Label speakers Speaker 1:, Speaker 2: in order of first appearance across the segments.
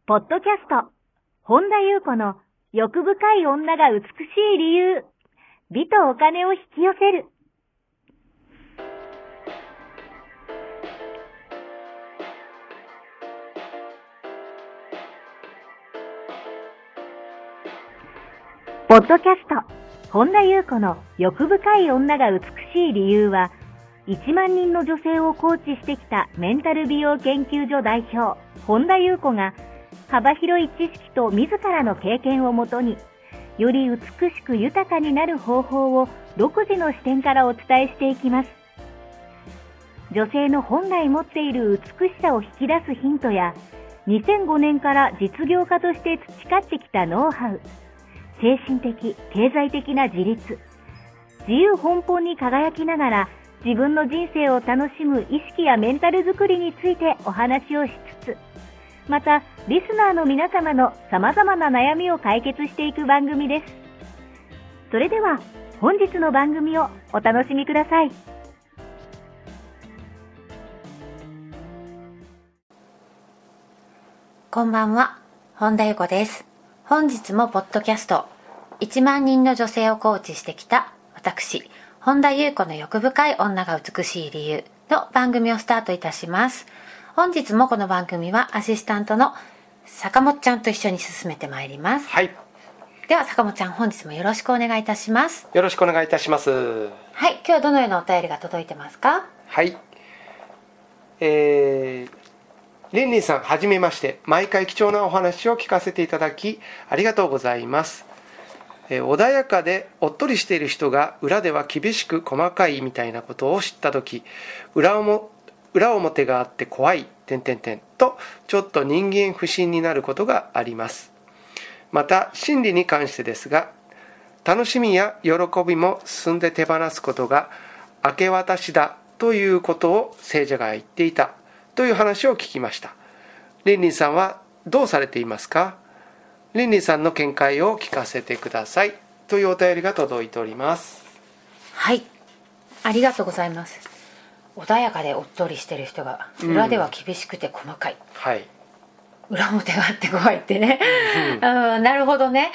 Speaker 1: ポッドキャスト、本田裕子の欲深い女が美しい理由、美とお金を引き寄せる。ポッドキャスト、本田裕子の欲深い女が美しい理由は、1万人の女性をコーチしてきたメンタル美容研究所代表、本田裕子が、幅広い知識と自らの経験をもとに、より美しく豊かになる方法を独自の視点からお伝えしていきます。女性の本来持っている美しさを引き出すヒントや、2005年から実業家として培ってきたノウハウ、精神的、経済的な自立、自由奔放に輝きながら自分の人生を楽しむ意識やメンタルづくりについてお話をしつつ、またリスナーの皆様の様々な悩みを解決していく番組です。それでは本日の番組をお楽しみください。
Speaker 2: こんばんは、本田裕子です。本日もポッドキャスト1万人の女性をコーチしてきた私本田裕子の欲深い女が美しい理由の番組をスタートいたします。本日もこの番組はアシスタントの坂本ちゃんと一緒に進めてまいります。
Speaker 3: はい。
Speaker 2: では坂本ちゃん、本日もよろしくお願いいたします。
Speaker 3: よろしくお願いいたします。
Speaker 2: はい、今日はどのようなお便りが届いてますか？
Speaker 3: はい。リンリンさん、はじめまして。毎回貴重なお話を聞かせていただきありがとうございます。穏やかでおっとりしている人が裏では厳しく細かいみたいなことを知ったとき、裏表があって怖いとちょっと人間不信になることがあります。また心理に関してですが、楽しみや喜びも進んで手放すことが明け渡しだということを聖者が言っていたという話を聞きました。リンリンさんはどうされていますか？リンリンさんの見解を聞かせてくださいというお便りが届いております。
Speaker 2: はい、ありがとうございます。穏やかでおっとりしてる人が裏では厳しくて細かい、
Speaker 3: はい、
Speaker 2: 裏表があって怖いってね、なるほどね。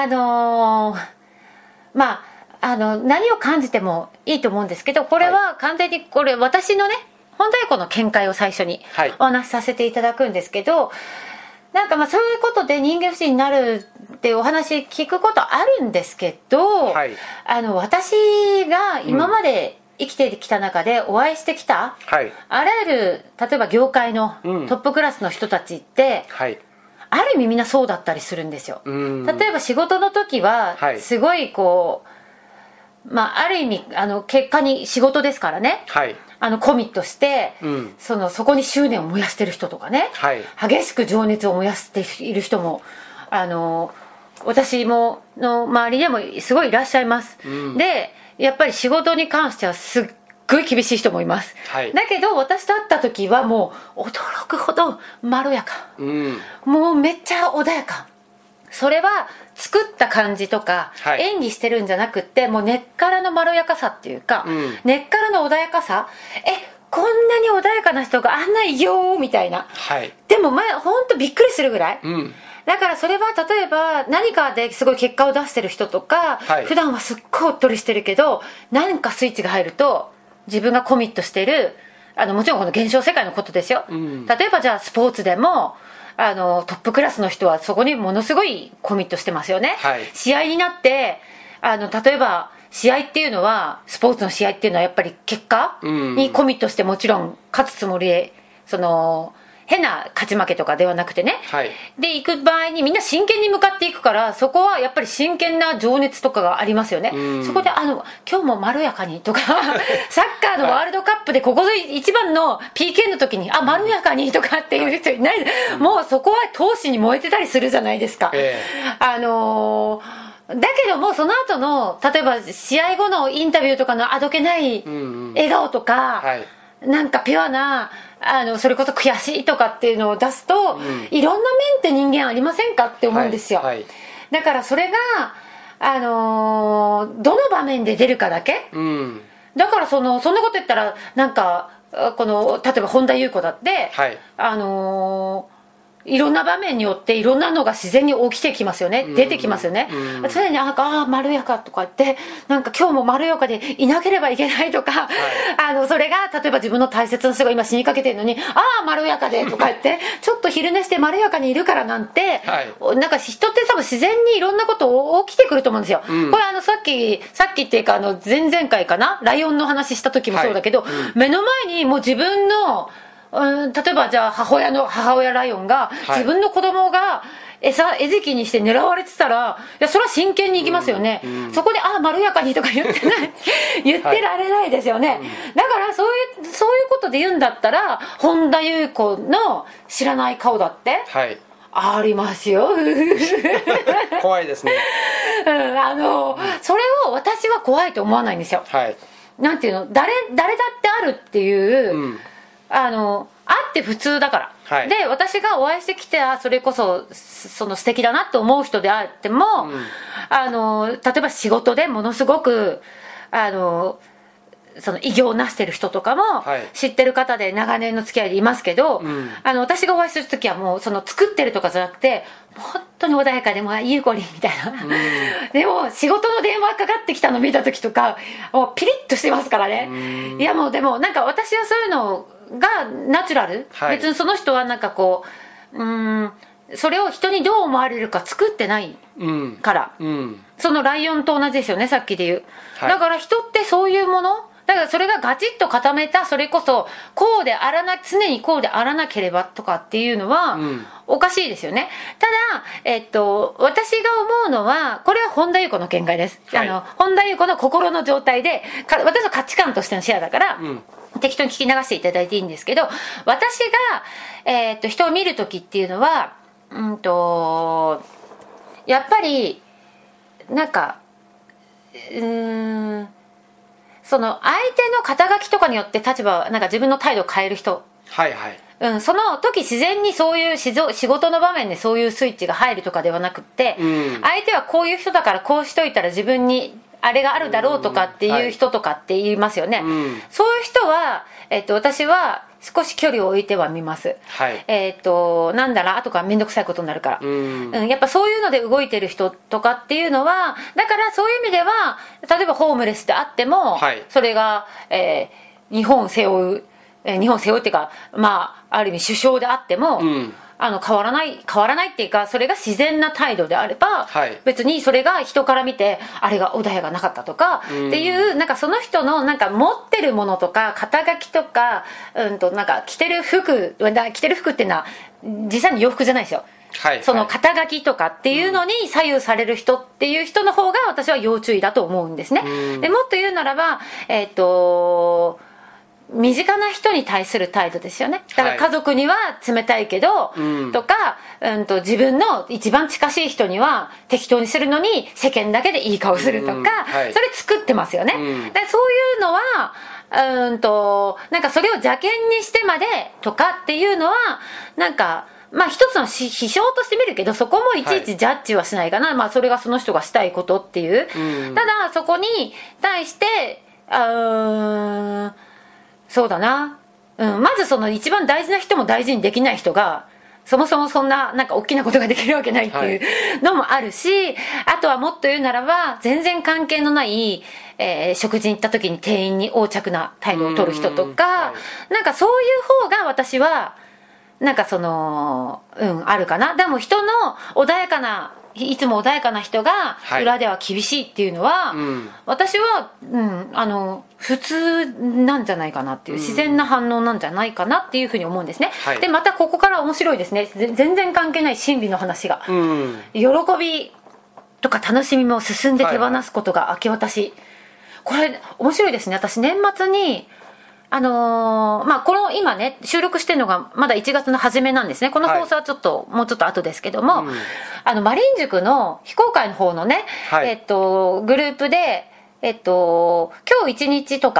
Speaker 2: 何を感じてもいいと思うんですけど、これは完全にこれ私のね、本田裕子の見解を最初にお話しさせていただくんですけど、なんかそういうことで人間不信になるっていうお話聞くことあるんですけど、
Speaker 3: はい、
Speaker 2: 私が今まで生きてきた中でお会いしてきた、あらゆる例えば業界のトップクラスの人たちって、ある意味みんなそうだったりするんですよ。例えば仕事の時はすごいこう、ある意味結果に仕事ですからね、コミットして、そこに執念を燃やしてる人とかね、激しく情熱を燃やしている人も私もの周りでもすごいいらっしゃいます。でやっぱり仕事に関してはすっごい厳しい人もいます、だけど私と会った時はもう驚くほどまろやか、もうめっちゃ穏やか。それは作った感じとか、演技してるんじゃなくって、もう根っからのまろやかさっていうか、根っからの穏やかさ、こんなに穏やかな人があんないよみたいな、でもほんとびっくりするぐらい、だからそれは例えば何かですごい結果を出してる人とか、普段はすっごいおっとりしてるけど何かスイッチが入ると自分がコミットしてる、もちろんこの現象世界のことですよ、例えばじゃあスポーツでもトップクラスの人はそこにものすごいコミットしてますよね、試合になって例えば試合っていうのは、スポーツの試合っていうのはやっぱり結果にコミットして、もちろん勝つつもりで変な勝ち負けとかではなくてね、で行く場合にみんな真剣に向かっていくから、そこはやっぱり真剣な情熱とかがありますよね、そこで今日もまろやかにとかサッカーのワールドカップでここで一番の PK の時にまろやかにとかっていう人いない、もうそこは闘志に燃えてたりするじゃないですか、だけどもその後の例えば試合後のインタビューとかのあどけない笑顔とか、なんかピュアなそれこそ悔しいとかっていうのを出すと、いろんな面って人間ありませんかって思うんですよ、だからそれがどの場面で出るかだけ、だからそんなこと言ったらなんか例えば本田裕子だって、 いろんな場面によっていろんなのが自然に起きてきますよね、出てきますよね、常にまろやかとか言ってなんか今日もまろやかでいなければいけないとか、それが例えば自分の大切な人が今死にかけてるのにまろやかでとか言ってちょっと昼寝してまろやかにいるからなんて、なんか人って多分自然にいろんなこと起きてくると思うんですよ、これさっきっていうか前々回かな、ライオンの話した時もそうだけど、目の前にもう自分の例えばじゃあ母親ライオンが自分の子供が餌食にして狙われてたら、いやそれは真剣にいきますよね、そこでまろやかにとか言ってられないですよね、だからそういうことで言うんだったら本田裕子の知らない顔だって、ありますよ
Speaker 3: 怖いですね、
Speaker 2: それを私は怖いと思わないんですよ、なんていうの、誰だってあるっていう、あって普通だから、で私がお会いしてきてそれこそ素敵だなと思う人であっても、例えば仕事でものすごくその偉業を成してる人とかも知ってる方で長年の付き合いでいますけど、私がお会いする時はもう作ってるとかじゃなくて本当に穏やかでもゆうこりんみたいな、でも仕事の電話かかってきたの見た時とかもうピリッとしてますからね、いやもうでもなんか私はそういうのがナチュラル、別にその人はなんかこうそれを人にどう思われるか作ってないから、そのライオンと同じですよね、さっきで言う、だから人ってそういうものだから、それがガチッと固めた、それこそこうであらな常にこうであらなければとかっていうのはおかしいですよね。ただ、私が思うのはこれは本田裕子の見解です、本田裕子の心の状態で私の価値観としてのシェアだから、適当に聞き流していただいていいんですけど、私が、人を見るときっていうのはやっぱりなんかその相手の肩書きとかによって立場なんか自分の態度を変える人、その時自然にそういう仕事の場面でそういうスイッチが入るとかではなくって、相手はこういう人だからこうしといたら自分にあれがあるだろうとかっていう人とかって言いますよね、そういう人は、私は少し距離を置いてはみます、なんだら後から面倒くさいことになるから、やっぱそういうので動いてる人とかっていうのはだからそういう意味では例えばホームレスであっても、それが、日本を背負うっていうか、ある意味首相であっても、変わらないっていうか、それが自然な態度であれば、別にそれが人から見てあれが穏やかなかったとかっていう、なんかその人のなんか持ってるものとか肩書きとか、なんか着てる服っていうのは実際に洋服じゃないですよ、その肩書きとかっていうのに左右される人っていう人の方が私は要注意だと思うんですね、でもっと言うならば身近な人に対する態度ですよね。だから家族には冷たいけど、とか、自分の一番近しい人には適当にするのに世間だけでいい顔するとか、それ作ってますよね、でそういうのはなんかそれを邪険にしてまでとかっていうのはなんか一つの批評として見るけど、そこもいちいちジャッジはしないかな、それがその人がしたいことっていう、ただそこに対してそうだな、まずその一番大事な人も大事にできない人がそもそもそんななんか大きなことができるわけないっていうのもあるし、あとはもっと言うならば全然関係のない、食事に行った時に店員に横着な態度を取る人とか、なんかそういう方が私はなんかあるかな。でも人のいつも穏やかな人が裏では厳しいっていうのは、私は、普通なんじゃないかなっていう、自然な反応なんじゃないかなっていうふうに思うんですね、でまたここから面白いですね。全然関係ない心理の話が、喜びとか楽しみも進んで手放すことが明け渡し、これ面白いですね。私年末にこの今ね収録してるのがまだ1月の初めなんですね。この放送はもうちょっと後ですけども、マリン塾の非公開の方のね、グループで今日1日とか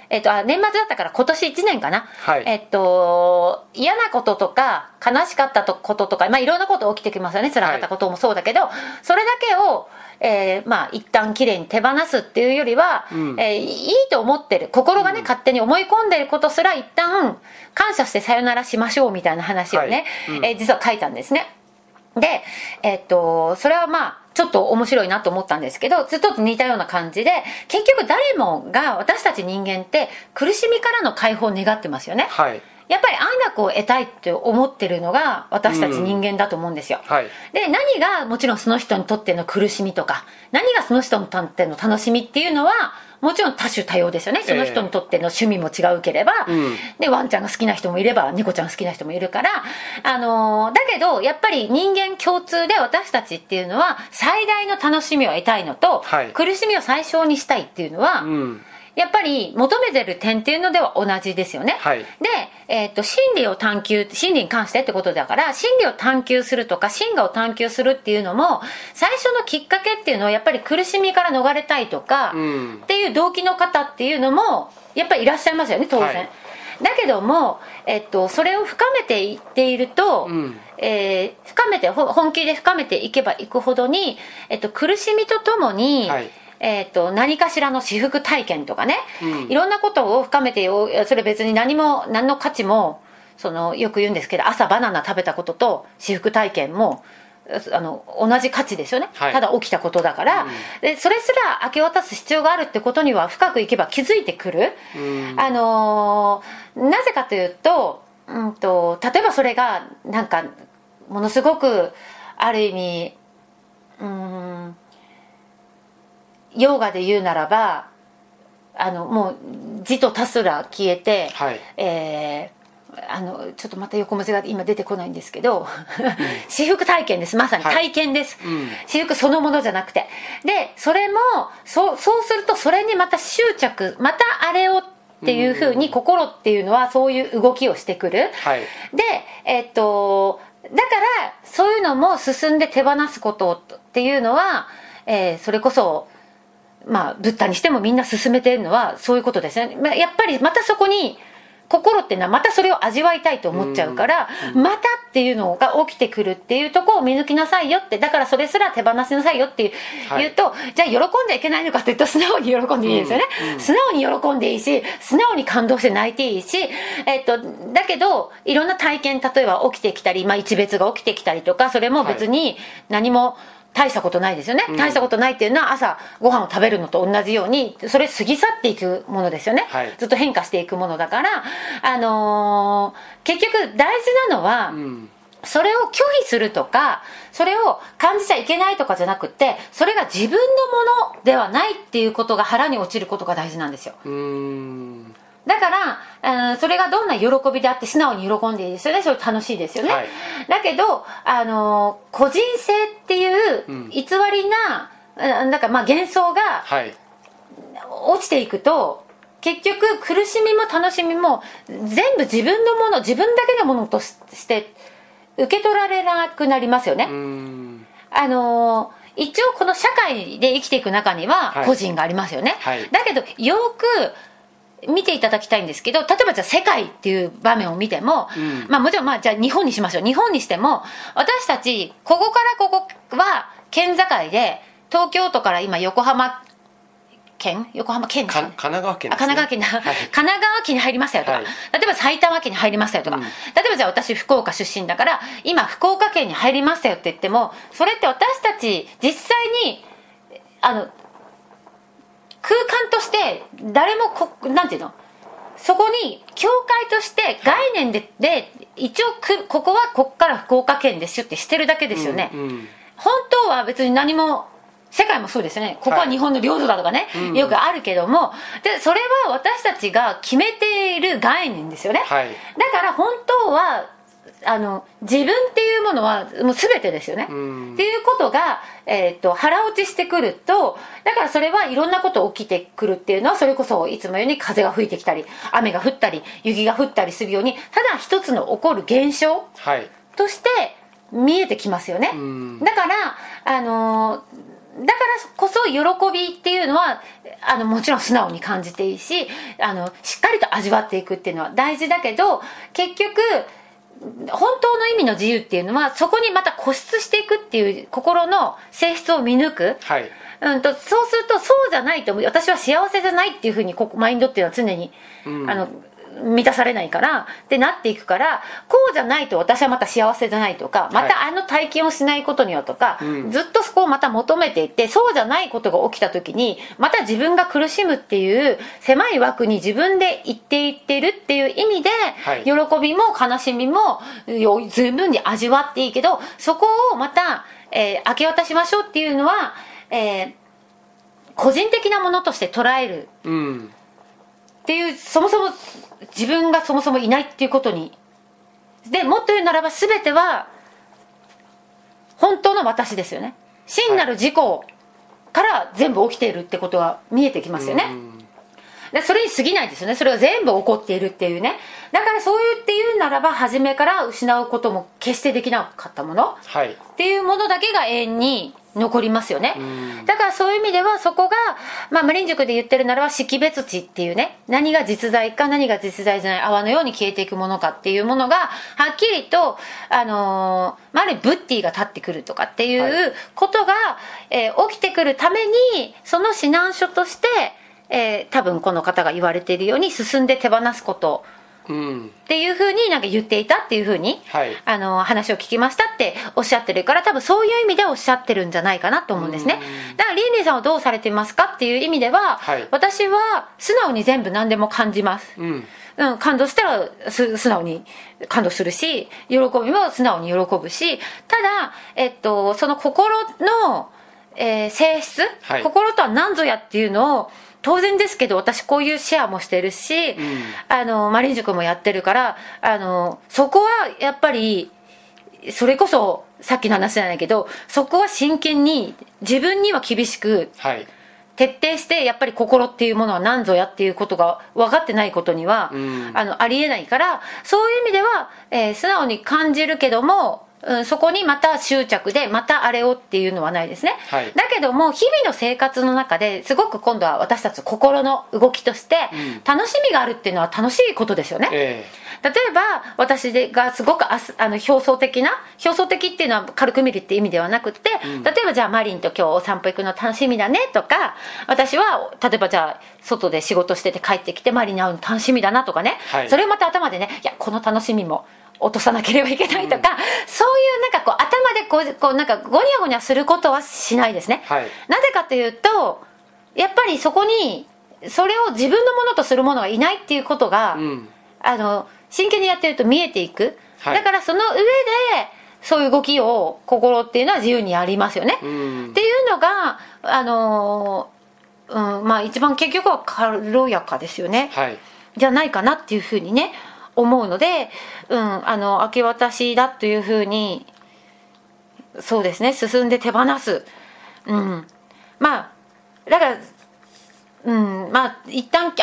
Speaker 2: 年末だったから今年1年かな、
Speaker 3: はい、
Speaker 2: 嫌なこととか悲しかったこととか、いろんなこと起きてきますよね。辛かったこともそうだけど、それだけを、一旦きれいに手放すっていうよりは、いいと思ってる心がね、勝手に思い込んでることすら一旦感謝してさよならしましょうみたいな話をね、実は書いたんですね。で、それはちょっと面白いなと思ったんですけど、ちょっと似たような感じで、結局誰もが、私たち人間って苦しみからの解放を願ってますよね。
Speaker 3: はい、
Speaker 2: やっぱり安楽を得たいって思ってるのが私たち人間だと思うんですよ。
Speaker 3: はい、
Speaker 2: で、何がもちろんその人にとっての苦しみとか、何がその人にとっての楽しみっていうのは、もちろん多種多様ですよね。その人にとっての趣味も違うければ、でワンちゃんが好きな人もいれば猫ちゃんが好きな人もいるから、だけどやっぱり人間共通で私たちっていうのは最大の楽しみを得たいのと、
Speaker 3: はい、
Speaker 2: 苦しみを最小にしたいっていうのは、やっぱり求めてる点っていうのでは同じですよね。
Speaker 3: はい、
Speaker 2: で、真理に関してってことだから、真理を探求するとか真我を探求するっていうのも、最初のきっかけっていうのはやっぱり苦しみから逃れたいとか、っていう動機の方っていうのもやっぱりいらっしゃいますよね、当然。はい、だけども、それを深めていっていると、本気で深めていけばいくほどに、苦しみとともに、はい、何かしらの至福体験とかね、いろんなことを深めて、それ別に何の価値も、よく言うんですけど、朝バナナ食べたことと至福体験も同じ価値ですよね。はい、ただ起きたことだから、でそれすら明け渡す必要があるってことには深くいけば気づいてくる。なぜかというと、例えばそれがなんかものすごくある意味ヨーガで言うならば、もう字と足すら消えて、はい、ちょっとまた横文字が今出てこないんですけど、至福体験です。まさに体験です、はい、至福そのものじゃなくて。でそれもそうすると、それにまた執着、またあれをっていうふうに、心っていうのはそういう動きをしてくる、はい、でだからそういうのも進んで手放すことっていうのは、それこそブッダにしてもみんな進めてるのはそういうことですね。やっぱりまたそこに心っていうのはまたそれを味わいたいと思っちゃうから、またっていうのが起きてくるっていうところを見抜きなさいよって。だからそれすら手放しなさいよって言うと、じゃあ喜んじゃいけないのかっていうと、素直に喜んでいいですよね。素直に喜んでいいし、素直に感動して泣いていいし、だけどいろんな体験、例えば起きてきたり、一別が起きてきたりとか、それも別に何も大したことないですよね。大したことないっていうのは、朝ご飯を食べるのと同じように、それ過ぎ去っていくものですよね、はい、ずっと変化していくものだから、結局大事なのは、それを拒否するとか、それを感じちゃいけないとかじゃなくて、それが自分のものではないっていうことが腹に落ちることが大事なんですよ。だから、それがどんな喜びであって素直に喜んでいいですよね。それ楽しいですよね、はい、だけど個人性っていう偽りな、なんか幻想が落ちていくと、結局苦しみも楽しみも全部自分のもの、自分だけのものとして受け取られなくなりますよね。一応この社会で生きていく中には個人がありますよね、はいはい、だけどよく見ていただきたいんですけど、例えばじゃあ世界っていう場面を見ても、もちろんじゃあ日本にしましょう。日本にしても私たちここからここは県境で、東京都から今横浜県ですかね、神奈川県ですね。神奈川県に入りましたよとか、例えば埼玉県に入りましたよとか、例えばじゃあ私福岡出身だから今福岡県に入りましたよって言っても、それって私たち実際に空間として誰もなんていうの、そこに境界として概念で一応ここはこっから福岡県ですよってしてるだけですよね、本当は別に何も。世界もそうですね。ここは日本の領土だとかね、よくあるけども、でそれは私たちが決めている概念ですよね、はい、だから本当は自分っていうものはもう全てですよね、っていうことが、腹落ちしてくると、だからそれはいろんなこと起きてくるっていうのは、それこそいつもように風が吹いてきたり雨が降ったり雪が降ったりするように、ただ一つの起こる現象として見えてきますよね、だからだからこそ喜びっていうのはもちろん素直に感じていいし、しっかりと味わっていくっていうのは大事だけど、結局本当の意味の自由っていうのはそこにまた固執していくっていう心の性質を見抜く、はい、そうするとそうじゃないと、私は幸せじゃないっていうふうにマインドっていうのは常に、満たされないからってなっていくから、こうじゃないと私はまた幸せじゃないとか、また体験をしないことにはとか、ずっとそこをまた求めていって、そうじゃないことが起きた時にまた自分が苦しむっていう狭い枠に自分で行っていってるっていう意味で、喜びも悲しみも十分に味わっていいけど、そこをまた、明け渡しましょうっていうのは、個人的なものとして捉える、っていう、そもそも自分がそもそもいないっていうことに、でもっと言うならば全ては本当の私ですよね。真なる自己から全部起きているってことが見えてきますよね。でそれに過ぎないですよね。それが全部起こっているっていうね。だからそう言って言うならば、初めから失うことも決してできなかったもの、っていうものだけが永遠に残りますよね。だからそういう意味ではそこが、マリン塾で言ってるならば識別値っていうね、何が実在か何が実在じゃない泡のように消えていくものかっていうものがはっきりとあるブッディが立ってくるとかっていうことが、起きてくるために、その指南書として、多分この方が言われているように進んで手放すことっていうふうになんか言っていたっていうふうに、話を聞きましたっておっしゃってるから、多分そういう意味でおっしゃってるんじゃないかなと思うんですね。だからリンリンさんはどうされてますかっていう意味では、私は素直に全部何でも感じます、感動したら素直に感動するし、喜びも素直に喜ぶし、ただ、その心の、性質、心とは何ぞやっていうのを、当然ですけど私こういうシェアもしてるし、マリン塾もやってるから、そこはやっぱりそれこそさっきの話じゃないけど、そこは真剣に自分には厳しく、徹底して、やっぱり心っていうものは何ぞやっていうことが分かってないことには、ありえないから、そういう意味では、素直に感じるけども、そこにまた執着でまたあれをっていうのはないですね、だけども日々の生活の中ですごく今度は私たちの心の動きとして楽しみがあるっていうのは楽しいことですよね、例えば私がすごく表層的っていうのは軽く見るって意味ではなくて、例えばじゃあマリンと今日お散歩行くの楽しみだねとか、私は例えばじゃあ外で仕事してて帰ってきてマリンに会うの楽しみだなとかね、それをまた頭でね、いやこの楽しみも落とさなければいけないとか、そういうなんかこう頭でこうなんかゴニャゴニャすることはしないですね、なぜかというとやっぱりそこにそれを自分のものとするものがいないっていうことが、真剣にやってると見えていく、だからその上でそういう動きを心っていうのは自由にやりますよね、っていうのが一番結局は軽やかですよね、じゃないかなっていうふうにね思うので、明け渡しだというふうに、そうですね、進んで手放す、だから一旦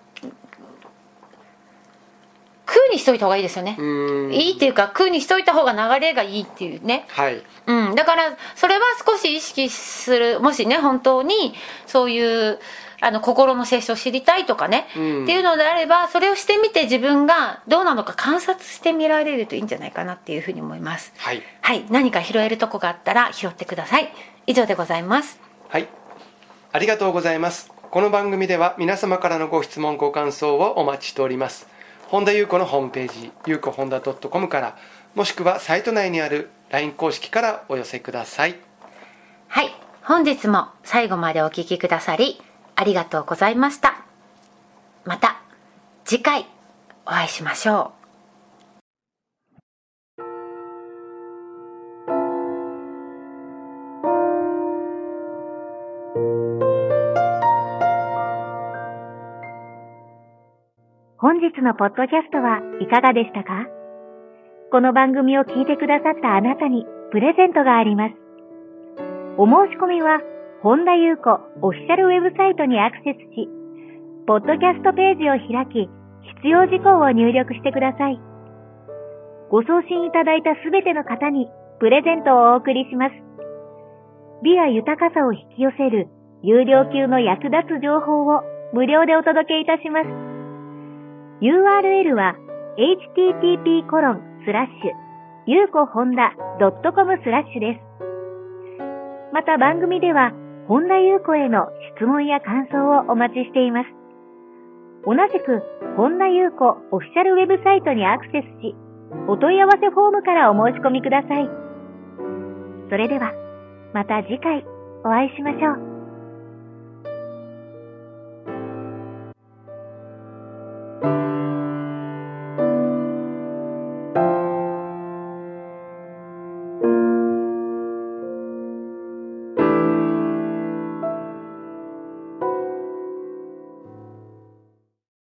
Speaker 2: 空にしといた方がいいですよね。いいっていうか空にしといた方が流れがいいっていうね、だからそれは少し意識する、もしね本当にそういう心の性質を知りたいとかね、っていうのであればそれをしてみて自分がどうなのか観察してみられるといいんじゃないかなっていうふうに思います。何か拾えるとこがあったら拾ってください。以上でございます。
Speaker 3: ありがとうございます。この番組では皆様からのご質問ご感想をお待ちしております。本田裕子のホームページゆうこ本田 .com から、もしくはサイト内にある LINE 公式からお寄せください。
Speaker 2: 本日も最後までお聞きくださりありがとうございました。また次回お会いしましょう。
Speaker 1: 本日のポッドキャストはいかがでしたか？この番組を聞いてくださったあなたにプレゼントがあります。お申し込みは本田裕子オフィシャルウェブサイトにアクセスし、ポッドキャストページを開き、必要事項を入力してください。ご送信いただいたすべての方にプレゼントをお送りします。 美や豊かさを引き寄せる有料級の役立つ情報を無料でお届けいたします。URL は http://yukohonda.com/ です。また番組では本田裕子への質問や感想をお待ちしています。同じく本田裕子オフィシャルウェブサイトにアクセスし、お問い合わせフォームからお申し込みください。それではまた次回お会いしましょう。